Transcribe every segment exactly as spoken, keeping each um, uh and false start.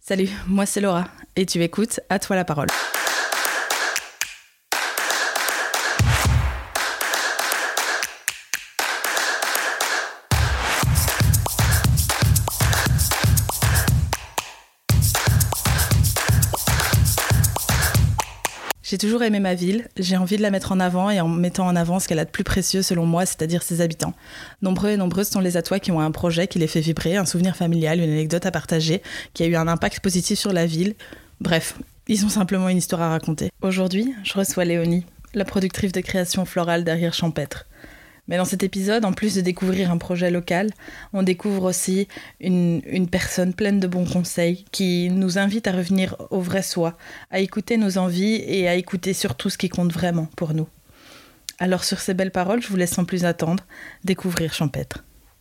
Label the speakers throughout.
Speaker 1: Salut, moi c'est Laura et tu écoutes À toi la parole. J'ai toujours aimé ma ville, j'ai envie de la mettre en avant et en mettant en avant ce qu'elle a de plus précieux selon moi, c'est-à-dire ses habitants. Nombreux et nombreuses sont les Atois qui ont un projet qui les fait vibrer, un souvenir familial, une anecdote à partager, qui a eu un impact positif sur la ville. Bref, ils ont simplement une histoire à raconter. Aujourd'hui, je reçois Léonie, la productrice de création florale derrière Champêtre. Mais dans cet épisode, en plus de découvrir un projet local, on découvre aussi une, une personne pleine de bons conseils qui nous invite à revenir au vrai soi, à écouter nos envies et à écouter surtout ce qui compte vraiment pour nous. Alors sur ces belles paroles, je vous laisse sans plus attendre découvrir Champêtre.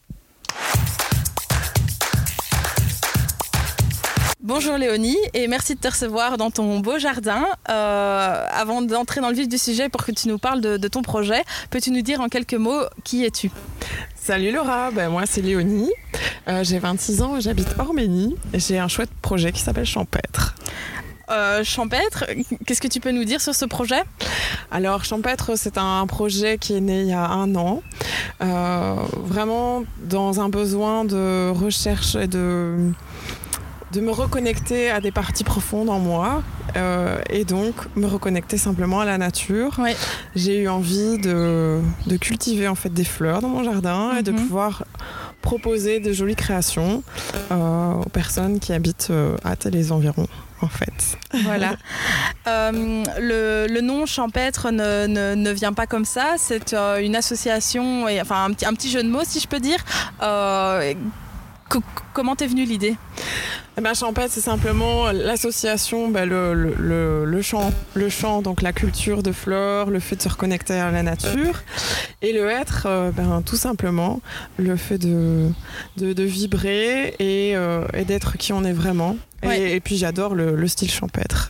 Speaker 1: Bonjour Léonie et merci de te recevoir dans ton beau jardin. Euh, avant d'entrer dans le vif du sujet pour que tu nous parles de, de ton projet, peux-tu nous dire en quelques mots qui es-tu ?
Speaker 2: Salut Laura, ben moi c'est Léonie, euh, j'ai vingt-six ans et j'habite Orménie et j'ai un chouette projet qui s'appelle Champêtre.
Speaker 1: Euh, Champêtre, qu'est-ce que tu peux nous dire sur ce projet ?
Speaker 2: Alors Champêtre, c'est un projet qui est né il y a un an, euh, vraiment dans un besoin de recherche et de... de me reconnecter à des parties profondes en moi euh, et donc me reconnecter simplement à la nature.
Speaker 1: Oui.
Speaker 2: J'ai eu envie de, de cultiver en fait des fleurs dans mon jardin mm-hmm. et de pouvoir proposer de jolies créations euh, aux personnes qui habitent euh, à les environs. En fait.
Speaker 1: Voilà. euh, le, le nom Champêtre ne, ne, ne vient pas comme ça. C'est euh, une association, et, enfin un petit, un petit jeu de mots si je peux dire. Euh, c- comment t'es venue l'idée ?
Speaker 2: Eh ben, Champêtre, c'est simplement l'association, ben, le, le, le, le chant, le chant, donc la culture de fleurs, le fait de se reconnecter à la nature, et le être, euh, ben, tout simplement, le fait de, de, de vibrer et, euh, et d'être qui on est vraiment. Ouais. Et, et puis j'adore le, le style champêtre.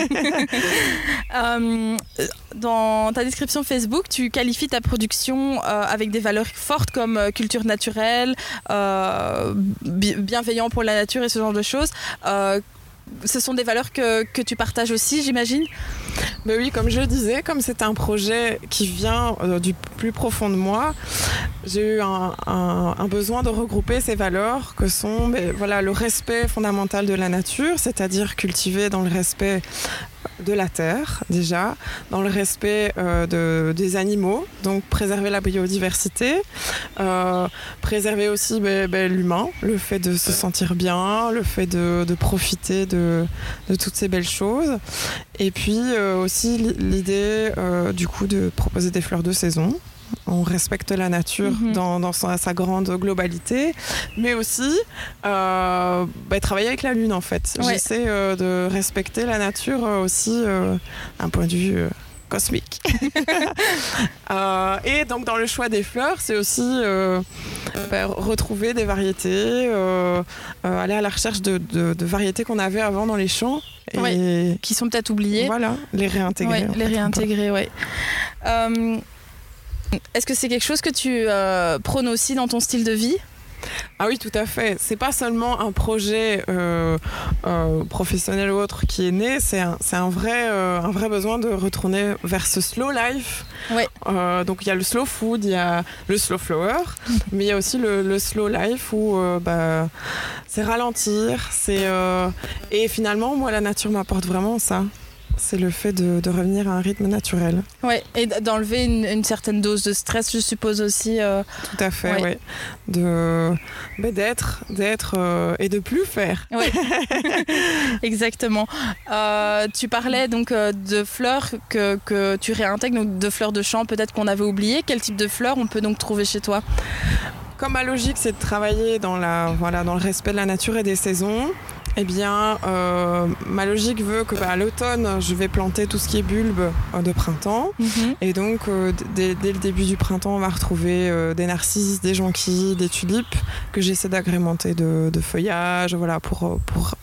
Speaker 1: euh, dans ta description Facebook, tu qualifies ta production euh, avec des valeurs fortes comme euh, culture naturelle, euh, bi- bienveillant pour la nature et ce genre de choses. Euh, ce sont des valeurs que, que tu partages aussi, j'imagine ?
Speaker 2: Ben oui, comme je le disais, comme c'est un projet qui vient euh, du plus profond de moi, j'ai eu un, un, un besoin de regrouper ces valeurs que sont ben, voilà, le respect fondamental de la nature, c'est-à-dire cultiver dans le respect de la terre déjà, dans le respect euh, de, des animaux, donc préserver la biodiversité, euh, préserver aussi ben, ben, l'humain, le fait de se sentir bien, le fait de, de profiter de, de toutes ces belles choses, et puis euh, aussi l'idée euh, du coup de proposer des fleurs de saison. On respecte la nature mmh. dans, dans sa, sa grande globalité, mais aussi euh, bah, travailler avec la lune en fait. Ouais. J'essaie euh, de respecter la nature euh, aussi euh, d'un point de vue euh, cosmique. euh, et donc dans le choix des fleurs, c'est aussi euh, bah, retrouver des variétés, euh, euh, aller à la recherche de, de, de variétés qu'on avait avant dans les champs.
Speaker 1: Et ouais, qui sont peut-être oubliées.
Speaker 2: Voilà, les réintégrer.
Speaker 1: Ouais, les fait, réintégrer, oui. Euh, Est-ce que c'est quelque chose que tu euh, prônes aussi dans ton style de vie ?
Speaker 2: Ah oui, tout à fait. C'est pas seulement un projet euh, euh, professionnel ou autre qui est né, c'est un, c'est un, vrai, euh, un vrai besoin de retourner vers ce slow life.
Speaker 1: Ouais.
Speaker 2: Euh, donc il y a le slow food, il y a le slow flower, mais il y a aussi le, le slow life où euh, bah, c'est ralentir. C'est, euh, et finalement, moi, la nature m'apporte vraiment ça. C'est le fait de, de revenir à un rythme naturel.
Speaker 1: Oui, et d'enlever une, une certaine dose de stress, je suppose aussi. Euh...
Speaker 2: Tout à fait, oui.
Speaker 1: Ouais.
Speaker 2: De, bah, d'être, d'être euh, et de plus faire.
Speaker 1: Oui, exactement. Euh, tu parlais donc euh, de fleurs que, que tu réintègres, donc de fleurs de champ peut-être qu'on avait oubliées. Quel type de fleurs on peut donc trouver chez toi ?
Speaker 2: Comme ma logique, c'est de travailler dans, la, voilà, dans le respect de la nature et des saisons, eh bien, euh, ma logique veut que bah, à l'automne, je vais planter tout ce qui est bulbe euh, de printemps. Mm-hmm. Et donc, euh, d- dès le début du printemps, on va retrouver euh, des narcisses, des jonquilles, des tulipes que j'essaie d'agrémenter de, de feuillage, voilà, pour, pour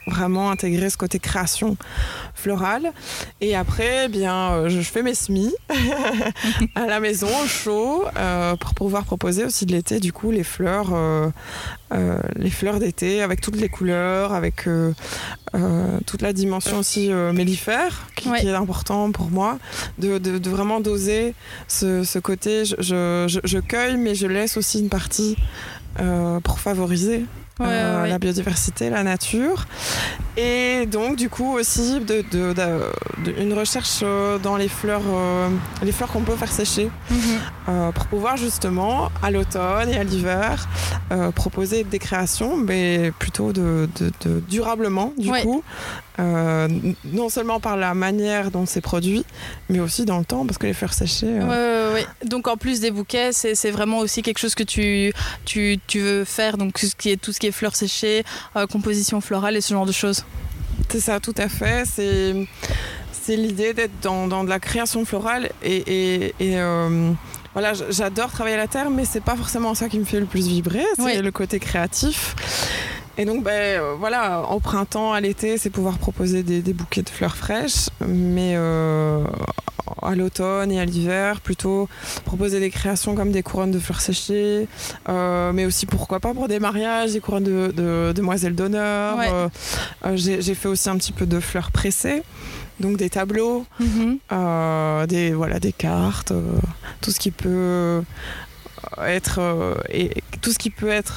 Speaker 2: vraiment intégrer ce côté création florale. Et après, eh bien, je fais mes semis à la maison, au chaud, euh, pour pouvoir proposer aussi de l'été, du coup, les fleurs, euh, euh, les fleurs d'été avec toutes les couleurs, avec euh, euh, toute la dimension aussi euh, mellifère, qui, ouais. qui est important pour moi, de, de, de vraiment doser ce, ce côté. Je, je, je cueille, mais je laisse aussi une partie euh, pour favoriser. Ouais, euh, ouais. la biodiversité, la nature, et donc du coup aussi de, de, de, de, une recherche dans les fleurs, euh, les fleurs qu'on peut faire sécher, mm-hmm. euh, pour pouvoir justement à l'automne et à l'hiver euh, proposer des créations, mais plutôt de, de, de durablement du ouais. coup, euh, non seulement par la manière dont c'est produit, mais aussi dans le temps, parce que les fleurs séchées. Euh...
Speaker 1: Ouais, ouais, ouais. Donc en plus des bouquets, c'est, c'est vraiment aussi quelque chose que tu, tu, tu veux faire, donc ce qui est tout ce qui est fleurs séchées, euh, composition florale et ce genre de choses.
Speaker 2: C'est ça, tout à fait. C'est, c'est l'idée d'être dans, dans de la création florale et, et, et euh, voilà, j'adore travailler la terre, mais c'est pas forcément ça qui me fait le plus vibrer, c'est oui. le côté créatif. Et donc, ben, euh, voilà, au printemps, à l'été, c'est pouvoir proposer des, des bouquets de fleurs fraîches, mais euh, à l'automne et à l'hiver, plutôt proposer des créations comme des couronnes de fleurs séchées, euh, mais aussi, pourquoi pas, pour des mariages, des couronnes de, de, de demoiselles d'honneur. Ouais. Euh, euh, j'ai, j'ai fait aussi un petit peu de fleurs pressées, donc des tableaux, mm-hmm. euh, des, voilà, des cartes, euh, tout ce qui peut être... Euh, et, tout ce qui peut être...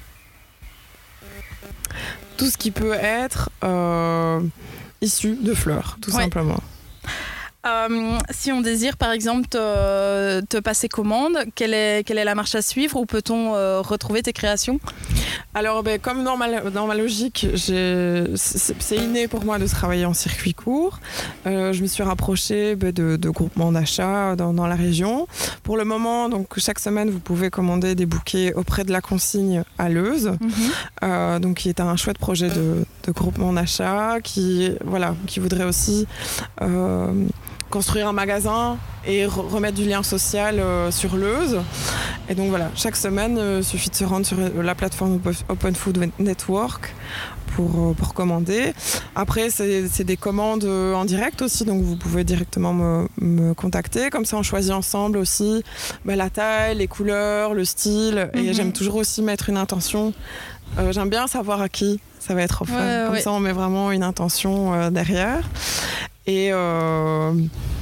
Speaker 2: tout ce qui peut être euh, issu de fleurs, tout ouais. simplement.
Speaker 1: Euh, si on désire, par exemple, te, te passer commande, quelle est, quelle est la marche à suivre? Où peut-on euh, retrouver tes créations?
Speaker 2: Alors, ben, comme dans ma, dans ma logique, j'ai, c'est, c'est inné pour moi de travailler en circuit court. Euh, je me suis rapprochée ben, de, de groupements d'achat dans, dans la région. Pour le moment, donc, chaque semaine, vous pouvez commander des bouquets auprès de la consigne à Leuze, mm-hmm. euh, donc, qui est un chouette projet de, de groupement d'achat qui, voilà, qui voudrait aussi... Euh, construire un magasin et re- remettre du lien social euh, sur Leuze. Et donc voilà, chaque semaine, il euh, suffit de se rendre sur la plateforme Open Food Network pour, euh, pour commander. Après, c'est, c'est des commandes euh, en direct aussi, donc vous pouvez directement me, me contacter. Comme ça, on choisit ensemble aussi bah, la taille, les couleurs, le style. Mm-hmm. Et j'aime toujours aussi mettre une intention. Euh, j'aime bien savoir à qui ça va être offert. Ouais, Comme ouais. ça, on met vraiment une intention euh, derrière. Et, euh,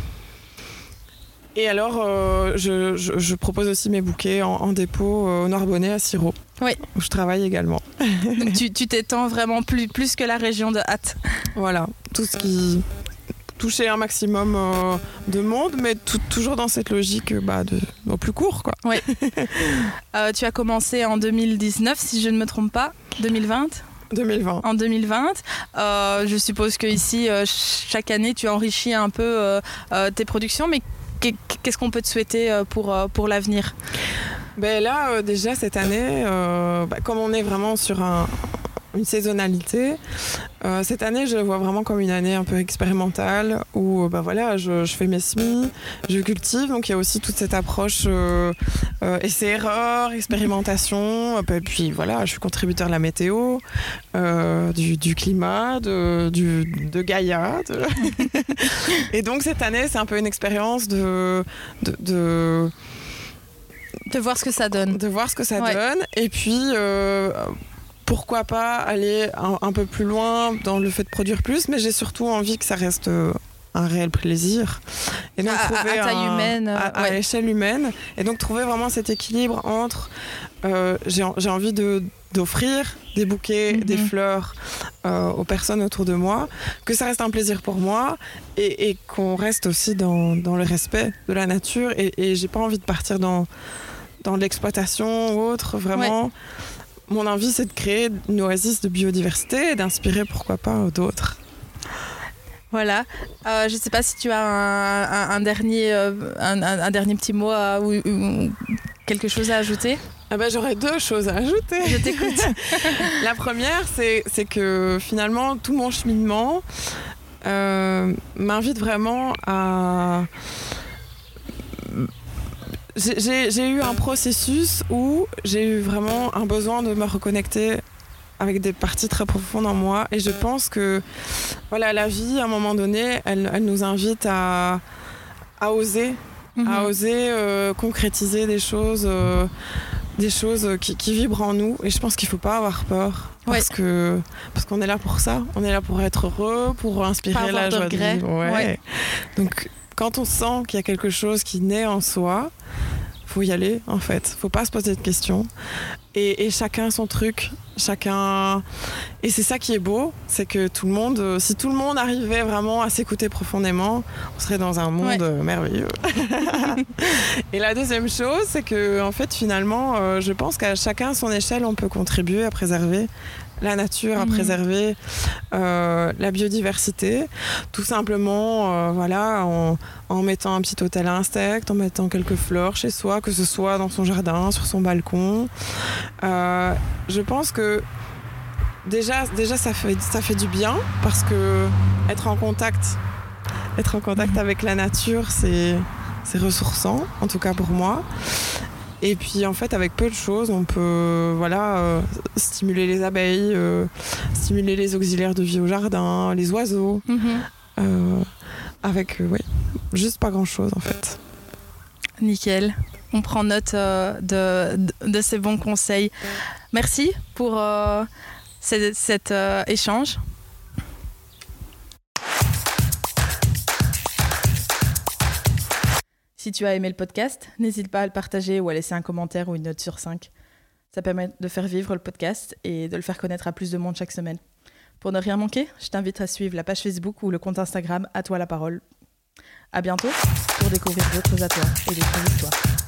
Speaker 2: et alors, euh, je, je, je propose aussi mes bouquets en, en dépôt euh, au Narbonnais à Sirop, oui. où je travaille également.
Speaker 1: Donc tu, tu t'étends vraiment plus, plus que la région de Ath.
Speaker 2: Voilà, tout ce qui touchait un maximum euh, de monde, mais tout, toujours dans cette logique bah, de, au plus court, quoi.
Speaker 1: Oui. euh, tu as commencé en deux mille dix-neuf, si je ne me trompe pas, deux mille vingt
Speaker 2: deux mille vingt.
Speaker 1: En deux mille vingt. Euh, je suppose qu'ici, euh, chaque année, tu enrichis un peu euh, euh, tes productions, mais qu'est-ce qu'on peut te souhaiter euh, pour, euh, pour l'avenir?
Speaker 2: Ben là, euh, déjà, cette année, euh, bah, comme on est vraiment sur un, une saisonnalité, euh, cette année, je le vois vraiment comme une année un peu expérimentale où bah, voilà, je, je fais mes semis, je cultive, donc il y a aussi toute cette approche euh, euh, essai-erreur, expérimentation, et puis voilà, je suis contributeur de la météo, euh, du, du climat, de, du, de Gaïa. De... Et donc cette année, c'est un peu une expérience de... de, de
Speaker 1: De voir ce que ça donne.
Speaker 2: De voir ce que ça
Speaker 1: ouais.
Speaker 2: donne. Et puis, euh, pourquoi pas aller un, un peu plus loin dans le fait de produire plus, mais j'ai surtout envie que ça reste euh, un réel plaisir.
Speaker 1: Et donc, à, trouver à taille un, humaine.
Speaker 2: À, à ouais. échelle humaine. Et donc, trouver vraiment cet équilibre entre... Euh, j'ai, j'ai envie de, d'offrir des bouquets, mm-hmm. des fleurs euh, aux personnes autour de moi, que ça reste un plaisir pour moi et, et qu'on reste aussi dans, dans le respect de la nature. Et, et j'ai pas envie de partir dans... dans l'exploitation ou autre, vraiment. Ouais. Mon envie, c'est de créer une oasis de biodiversité et d'inspirer, pourquoi pas, d'autres.
Speaker 1: Voilà. Euh, je ne sais pas si tu as un, un, un, dernier, euh, un, un, un dernier petit mot à, ou, ou quelque chose à ajouter.
Speaker 2: Ah ben, j'aurais deux choses à ajouter.
Speaker 1: Je t'écoute.
Speaker 2: La première, c'est, c'est que finalement, tout mon cheminement euh, m'invite vraiment à... J'ai, j'ai eu un processus où j'ai eu vraiment un besoin de me reconnecter avec des parties très profondes en moi. Et je pense que voilà, la vie, à un moment donné, elle, elle nous invite à, à oser, mmh. à oser euh, concrétiser des choses, euh, des choses qui, qui vibrent en nous. Et je pense qu'il ne faut pas avoir peur. Parce, ouais. que, parce qu'on est là pour ça. On est là pour être heureux, pour inspirer la joie de vivre. Ouais. Ouais. Donc, quand on sent qu'il y a quelque chose qui naît en soi, faut y aller, en fait. Faut pas se poser de questions. Et, et chacun son truc. Chacun... Et c'est ça qui est beau, c'est que tout le monde, si tout le monde arrivait vraiment à s'écouter profondément, on serait dans un monde ouais. merveilleux. Et la deuxième chose, c'est que, en fait, finalement, euh, je pense qu'à chacun à son échelle, on peut contribuer à préserver la nature, à mmh. préserver euh, la biodiversité, tout simplement euh, voilà, en, en mettant un petit hôtel à insectes, en mettant quelques fleurs chez soi, que ce soit dans son jardin, sur son balcon. Euh, je pense que déjà, déjà ça, fait, ça fait du bien, parce que être en contact, être en contact mmh. avec la nature, c'est, c'est ressourçant, en tout cas pour moi. Et puis en fait, avec peu de choses, on peut voilà, euh, stimuler les abeilles, euh, stimuler les auxiliaires de vie au jardin, les oiseaux, mmh. euh, avec euh, ouais, juste pas grand-chose en fait.
Speaker 1: Nickel, on prend note euh, de, de, de ces bons conseils. Merci pour euh, cet, cet euh, échange. Si tu as aimé le podcast, n'hésite pas à le partager ou à laisser un commentaire ou une note sur cinq. Ça permet de faire vivre le podcast et de le faire connaître à plus de monde chaque semaine. Pour ne rien manquer, je t'invite à suivre la page Facebook ou le compte Instagram À toi la parole. À bientôt pour découvrir d'autres à toi et d'autres histoires.